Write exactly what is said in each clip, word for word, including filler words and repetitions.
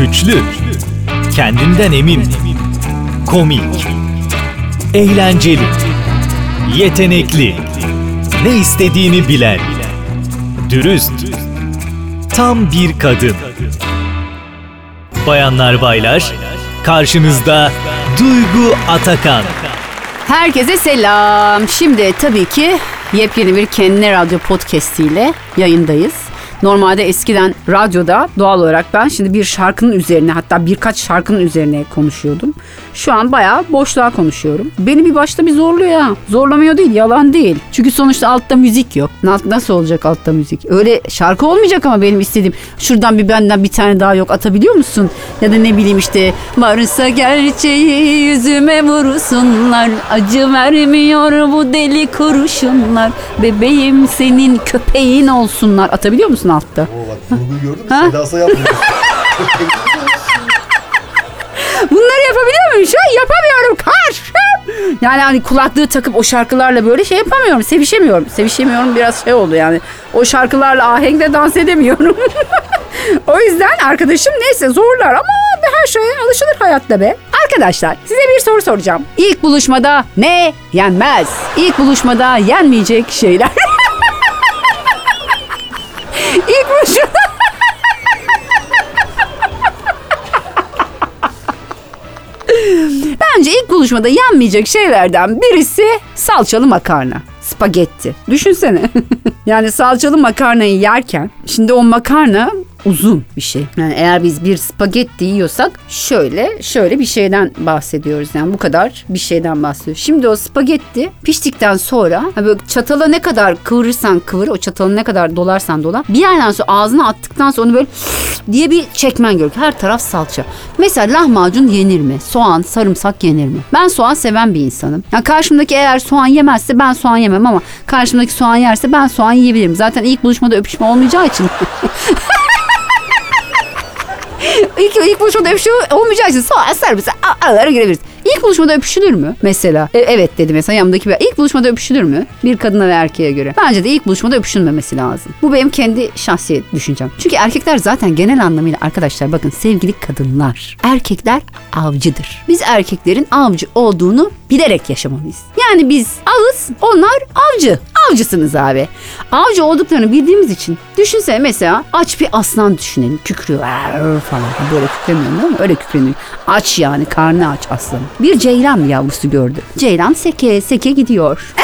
Güçlü, kendinden emin, komik, eğlenceli, yetenekli, ne istediğini bilen, dürüst, tam bir kadın. Bayanlar baylar, karşınızda Duygu Atakan. Herkese selam. Şimdi tabii ki yepyeni bir Kendine Radyo podcastiyle yayındayız. Normalde eskiden radyoda doğal olarak ben şimdi bir şarkının üzerine, hatta birkaç şarkının üzerine konuşuyordum. Şu an bayağı boşluğa konuşuyorum. Beni bir başta bir zorluyor ya. Zorlamıyor değil, yalan değil. Çünkü sonuçta altta müzik yok. Nasıl olacak altta müzik? Öyle şarkı olmayacak ama benim istediğim. Şuradan bir benden bir tane daha yok, atabiliyor musun? Ya da ne bileyim işte, varsa gerçeği yüzüme vursunlar. Acı vermiyor bu deli kurşunlar. Bebeğim senin köpeğin olsunlar. Atabiliyor musun altta? Oo bak, Duygu'yu gördün mü? Sedas'a yapmıyorsun. Bunları yapabiliyor muyum? Şu an yapamıyorum. Karşı. Yani hani kulaklığı takıp o şarkılarla böyle şey yapamıyorum. Sevişemiyorum. Sevişemiyorum biraz şey oldu yani. O şarkılarla ahenkle dans edemiyorum. O yüzden arkadaşım neyse zorlar ama her şeye alışılır hayatta be. Arkadaşlar size bir soru soracağım. İlk buluşmada ne yenmez? İlk buluşmada yenmeyecek şeyler. İlk buluşmada... Bence ilk buluşmada yenmeyecek şeylerden birisi salçalı makarna. Spagetti. Düşünsene. Yani salçalı makarnayı yerken şimdi o makarna uzun bir şey. Yani eğer biz bir spagetti yiyorsak şöyle şöyle bir şeyden bahsediyoruz. Yani bu kadar bir şeyden bahsediyoruz. Şimdi o spagetti piştikten sonra böyle çatala ne kadar kıvırırsan kıvır, o çatalı ne kadar dolarsan dola, bir yerden sonra ağzına attıktan sonra onu böyle diye bir çekmen gerekiyor. Her taraf salça. Mesela lahmacun yenir mi? Soğan, sarımsak yenir mi? Ben soğan seven bir insanım. Yani karşımdaki eğer soğan yemezse ben soğan yemem ama karşımdaki soğan yerse ben soğan yiyebilirim. Zaten ilk buluşmada öpüşme olmayacağı için. İlk, ilk buluşmada öpüşme olmayacağı için soğan, sarımsak aralara girebiliriz. İlk buluşmada öpüşülür mü? Mesela e, evet dedi mesela yanımdaki bir. İlk buluşmada öpüşülür mü? Bir kadına ve erkeğe göre. Bence de ilk buluşmada öpüşülmemesi lazım. Bu benim kendi şahsi düşüncem. Çünkü erkekler zaten genel anlamıyla arkadaşlar bakın sevgili kadınlar. Erkekler avcıdır. Biz erkeklerin avcı olduğunu bilerek yaşamalıyız. Yani biz avız, onlar avcı. Avcısınız abi. Avcı olduklarını bildiğimiz için düşünsene mesela aç bir aslan düşünelim. Kükrüyor falan. Böyle kükremiyor değil mi? Öyle kükreniyor. Aç yani, karnı aç aslan. Bir ceylan yavrusu gördü. Ceylan seke seke gidiyor.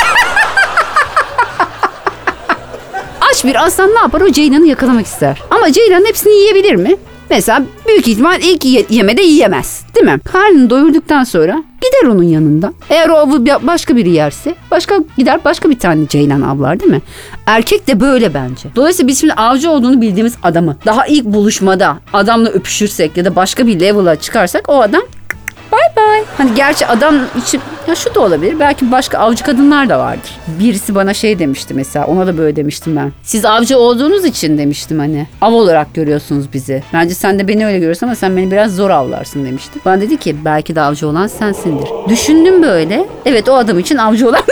Aç bir aslan ne yapar? O ceylanı yakalamak ister. Ama ceylanın hepsini yiyebilir mi? Mesela büyük ihtimal ilk ye- yemede yiyemez. Değil mi? Karnını doyurduktan sonra gider onun yanında. Eğer o avı başka biri yerse başka gider başka bir tane ceylan avlar değil mi? Erkek de böyle bence. Dolayısıyla biz şimdi avcı olduğunu bildiğimiz adamı daha ilk buluşmada adamla öpüşürsek ya da başka bir level'a çıkarsak o adam bye bye. Hani gerçi adam için ya şu da olabilir. Belki başka avcı kadınlar da vardır. Birisi bana şey demişti mesela. Ona da böyle demiştim ben. Siz avcı olduğunuz için demiştim hani. Av olarak görüyorsunuz bizi. Bence sen de beni öyle görüyorsun ama sen beni biraz zor avlarsın demişti. Bana dedi ki belki de avcı olan sensindir. Düşündüm böyle. Evet o adam için avcı olan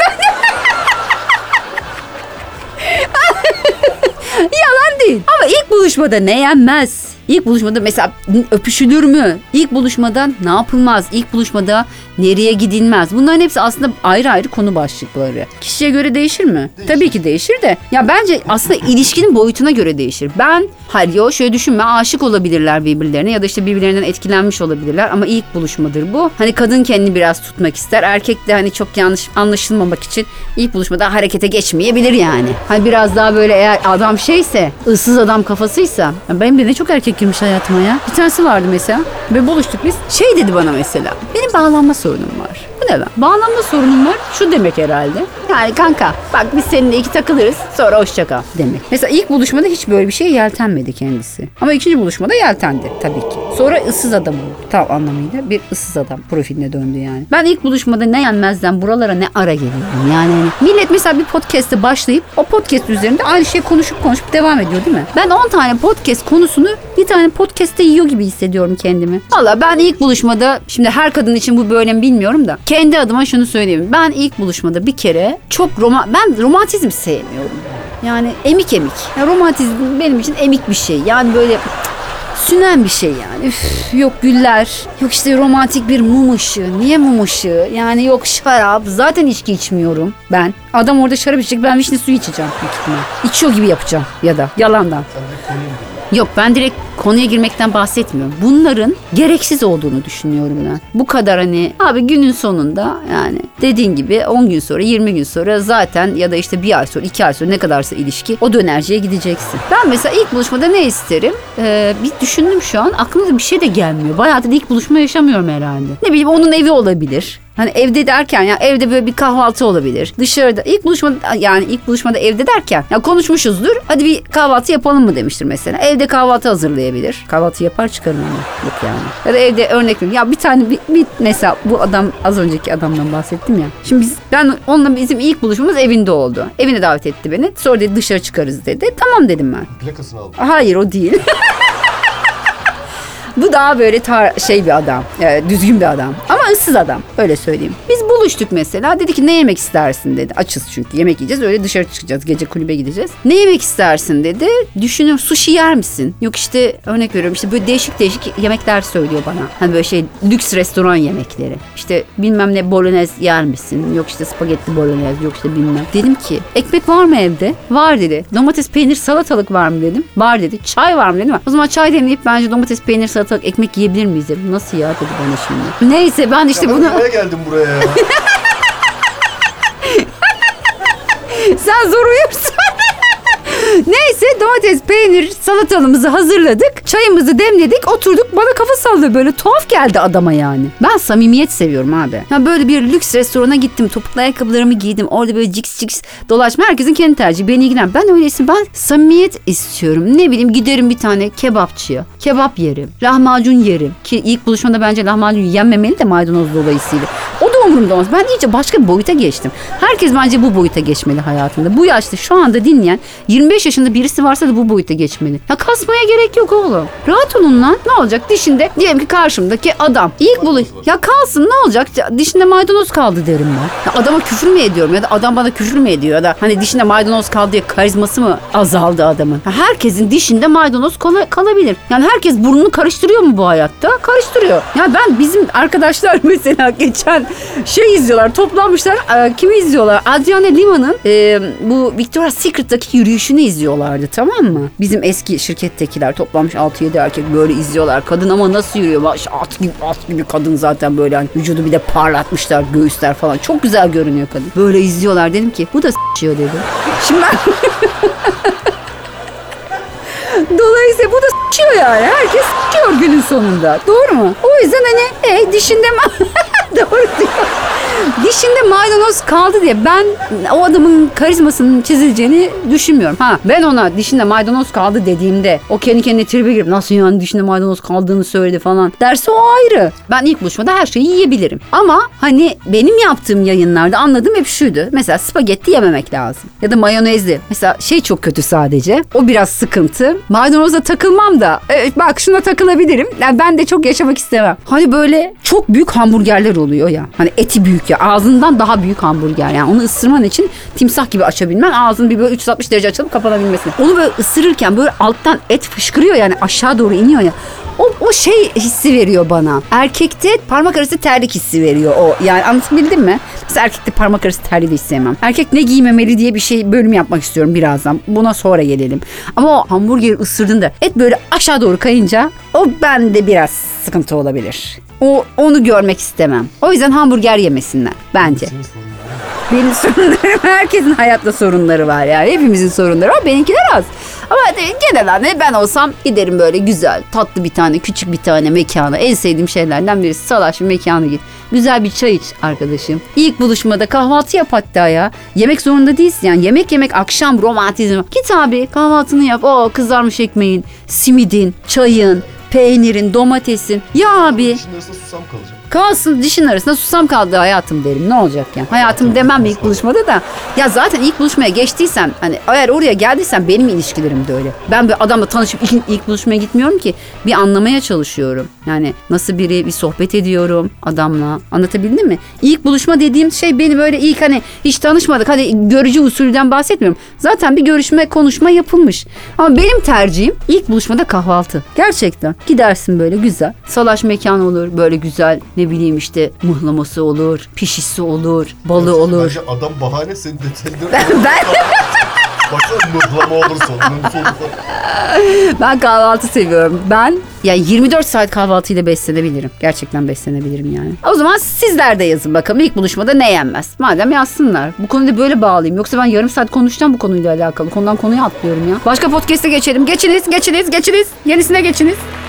yalan değil. Ama ilk buluşmada ne yenmez? İlk buluşmada mesela öpüşülür mü? İlk buluşmada ne yapılmaz? İlk buluşmada nereye gidilmez? Bunların hepsi aslında ayrı ayrı konu başlıkları. Kişiye göre değişir mi? Değişir. Tabii ki değişir de. Ya bence aslında ilişkinin boyutuna göre değişir. Ben hayır yo şöyle düşünme, aşık olabilirler birbirlerine ya da işte birbirlerinden etkilenmiş olabilirler ama ilk buluşmadır bu. Hani kadın kendini biraz tutmak ister. Erkek de hani çok yanlış anlaşılmamak için ilk buluşmada harekete geçmeyebilir yani. Hani biraz daha böyle eğer adam şeyse, ıssız adam kafasıysa. Benim de ne çok erkek girmiş hayatıma ya. Bir tanesi vardı mesela. Ve buluştuk biz. Şey dedi bana mesela. Benim bağlanma sorunum var. Bu ne lan? Bağlanma sorunum var. Şu demek herhalde. Yani kanka bak biz seninle iki takılırız sonra hoşça kal demek. Mesela ilk buluşmada hiç böyle bir şeye yeltenmedi kendisi. Ama ikinci buluşmada yeltendi tabii ki. Sonra ıssız adam oldu. Tam anlamıyla bir ıssız adam profiline döndü yani. Ben ilk buluşmada ne yenmezden buralara ne ara geliyorum. Yani hani millet mesela bir podcast'e başlayıp o podcast üzerinde aynı şeyi konuşup konuşup devam ediyor değil mi? Ben on tane podcast konusunu bir tane podcast'te yiyor gibi hissediyorum kendimi. Valla ben ilk buluşmada, şimdi her kadın için bu böyle mi bilmiyorum da kendi adıma şunu söyleyeyim. Ben ilk buluşmada bir kere çok roma ben romantizm sevmiyorum. Yani emik emik. Ya romantizm benim için emik bir şey. Yani böyle sünen bir şey yani. Üf, yok güller, yok işte romantik bir mum ışığı. Niye mum ışığı? Yani yok şarap. Zaten içki içmiyorum ben. Adam orada şarap içecek, ben vişne suyu içeceğim. büyük ihtimal. İçiyor gibi yapacağım ya da yalandan. Sen de konuya mı girdin? Yok, ben direkt konuya girmekten bahsetmiyorum. Bunların gereksiz olduğunu düşünüyorum ben. Bu kadar hani abi günün sonunda yani dediğin gibi on gün sonra yirmi gün sonra zaten ya da işte bir ay sonra iki ay sonra ne kadarsa ilişki o dönerciye gideceksin. Ben mesela ilk buluşmada ne isterim? Ee, bir düşündüm şu an, aklıma da bir şey de gelmiyor. Bayağıdır ilk buluşma yaşamıyorum herhalde. Ne bileyim, onun evi olabilir. Hani evde derken ya evde böyle bir kahvaltı olabilir. Dışarıda ilk buluşmada, yani ilk buluşmada evde derken ya konuşmuşuzdur. Hadi bir kahvaltı yapalım mı demiştir mesela. Evde kahvaltı hazırlayabilir. Kahvaltı yapar çıkarım ama. Yok yani. Ya da evde örnek veriyorum. Ya bir tane bir, bir mesela bu adam, az önceki adamdan bahsettim ya. Şimdi biz ben onunla bizim ilk buluşmamız evinde oldu. Evine davet etti beni. Sonra dedi dışarı çıkarız dedi. Tamam dedim ben. Plakasını aldım. Hayır, o değil. Bu daha böyle tar- şey bir adam, e, düzgün bir adam ama ıssız adam, öyle söyleyeyim. Biz buluştuk mesela, dedi ki ne yemek istersin dedi. Açız çünkü, yemek yiyeceğiz, öyle dışarı çıkacağız, gece kulübe gideceğiz. Ne yemek istersin dedi. Düşünüyorum, sushi yer misin? Yok işte örnek veriyorum, işte böyle değişik değişik yemekler söylüyor bana. Hani böyle şey, lüks restoran yemekleri. İşte bilmem ne bolognese yer misin? Yok işte spagetti bolognese, yok işte bilmem. Dedim ki ekmek var mı evde? Var dedi. Domates, peynir, salatalık var mı dedim. Var dedi. Çay var mı dedim. O zaman çay demleyip bence domates, peynir, salatalık, ekmek yiyebilir miyiz dedim. Nasıl ya dedi bana şimdi. Neyse ben işte Ya bunu... ben nereye geldim buraya ya? Sen zor uyursun. Neyse domates, peynir, salatalığımızı hazırladık. Çayımızı demledik, oturduk. Bana kafa sallıyor, böyle tuhaf geldi adama yani. Ben samimiyet seviyorum abi. Ya böyle bir lüks restorana gittim. Topuklu ayakkabılarımı giydim. Orada böyle ciks ciks dolaşma. Herkesin kendi tercihi. Beni ilgilen. Ben öyleyse ben samimiyet istiyorum. Ne bileyim, giderim bir tane kebapçıya. Kebap yerim. Lahmacun yerim. Ki ilk buluşmada bence lahmacun yenmemeli de maydanoz dolayısıyla. O da umurumda olmaz. Ben iyice başka bir boyuta geçtim. Herkes bence bu boyuta geçmeli hayatında. Bu yaşta şu anda dinleyen yirmi beş yaşında birisi varsa da bu boyuta geçmeli. Ya kasmaya gerek yok oğlum. Rahat olun lan. Ne olacak dişinde? Diyelim ki karşımdaki adam. İlk buluş. Ya kalsın, ne olacak? Dişinde maydanoz kaldı derim ben. Ya adama küfür mü ediyorum ya da adam bana küfür mü ediyor ya da hani dişinde maydanoz kaldı diye karizması mı azaldı adamın? Ya herkesin dişinde maydanoz kal- kalabilir. Yani herkes burnunu karıştırıyor mu bu hayatta? Karıştırıyor. Ya ben bizim arkadaşlar mesela geçen şey izliyorlar, toplanmışlar. E, kimi izliyorlar? Adriana Lima'nın e, bu Victoria's Secret'taki yürüyüşünü izliyorlardı, tamam mı? Bizim eski şirkettekiler toplanmış altı yedi erkek böyle izliyorlar. Kadın ama nasıl yürüyor? Baş, at gibi at gibi kadın zaten böyle hani vücudu bir de parlatmışlar, göğüsler falan. Çok güzel görünüyor kadın. Böyle izliyorlar, dedim ki bu da s***yor dedim. Şimdi ben dolayısıyla bu da s***yor yani. Herkes s***yor günün sonunda. Doğru mu? O yüzden hani e, dişinde ma- doğru diyor. Dişinde maydanoz kaldı diye ben o adamın karizmasının çizileceğini düşünmüyorum. Ha, ben ona dişinde maydanoz kaldı dediğimde o kendi kendine tribe girip nasıl yani dişinde maydanoz kaldığını söyledi falan derse o ayrı. Ben ilk buluşmada her şeyi yiyebilirim. Ama hani benim yaptığım yayınlarda anladığım hep şuydu. Mesela spagetti yememek lazım. Ya da mayonezli. Mesela şey çok kötü sadece. O biraz sıkıntı. Maydanozla takılmam da. Evet, bak şuna takılabilirim. Yani ben de çok yaşamak istemem. Hani böyle çok büyük hamburgerler oluyor ya. Hani eti büyük ya. Ağzından daha büyük hamburger. Yani onu ısırman için timsah gibi açabilmen. Ağzını bir böyle üç yüz altmış derece açılıp kapanabilmesine. Onu böyle ısırırken böyle alttan et fışkırıyor yani aşağı doğru iniyor ya. O, o şey hissi veriyor bana. Erkekte parmak arası terlik hissi veriyor o. Yani anlatabildim mi? Mesela erkekte parmak arası terliği de hiç sevmem. Erkek ne giymemeli diye bir şey bölüm yapmak istiyorum birazdan. Buna sonra gelelim. Ama o hamburgeri ısırdığında et böyle aşağı doğru kayınca o bende biraz sıkıntı olabilir. O onu görmek istemem. O yüzden hamburger yemesinler bence. Senin sorun var. Benim sorunlarım, herkesin hayatta sorunları var yani. Hepimizin sorunları var. Benimkiler az. Ama genelde ben olsam giderim böyle güzel, tatlı bir tane, küçük bir tane mekana. En sevdiğim şeylerden birisi salaş bir mekana git. Güzel bir çay iç arkadaşım. İlk buluşmada kahvaltı yap hatta ya. Yemek zorunda değilsin yani. Yemek yemek akşam romantizm. Git abi kahvaltını yap. O kızarmış ekmeğin, simidin, çayın, peynirin, domatesin. Ya abi. Şimdi arasında susam kalacak. Kalsın dişin arasında susam kaldı hayatım derim. Ne olacak yani? Hayatım demem ilk buluşmada da. Ya zaten ilk buluşmaya geçtiysen hani eğer oraya geldiysen benim ilişkilerim de öyle. Ben bir adamla tanışıp ilk, ilk buluşmaya gitmiyorum ki. Bir anlamaya çalışıyorum. Yani nasıl biri, bir sohbet ediyorum adamla. Anlatabildim mi? İlk buluşma dediğim şey beni böyle ilk hani hiç tanışmadık. Hadi görücü usulüden bahsetmiyorum. Zaten bir görüşme, konuşma yapılmış. Ama benim tercihim ilk buluşmada kahvaltı. Gerçekten. Gidersin böyle güzel. Salaş mekan olur. Böyle güzel ne bileyim işte mıhlaması olur. Pişisi olur. Balı olur. Bence adam bahane senin detayları. Ben, ben, Baksana mıhlama olursa. Mıhlama olursa. ben kahvaltı seviyorum. Ben ya yirmi dört saat kahvaltıyla beslenebilirim. Gerçekten beslenebilirim yani. O zaman sizler de yazın bakalım. İlk buluşmada ne yenmez? Madem yazsınlar. Bu konuyu da böyle bağlayayım. Yoksa ben yarım saat konuşacağım bu konuyla alakalı. Konudan konuya atlıyorum ya. Başka podcast'e geçelim. Geçiniz, geçiniz, geçiniz. Yenisine geçiniz.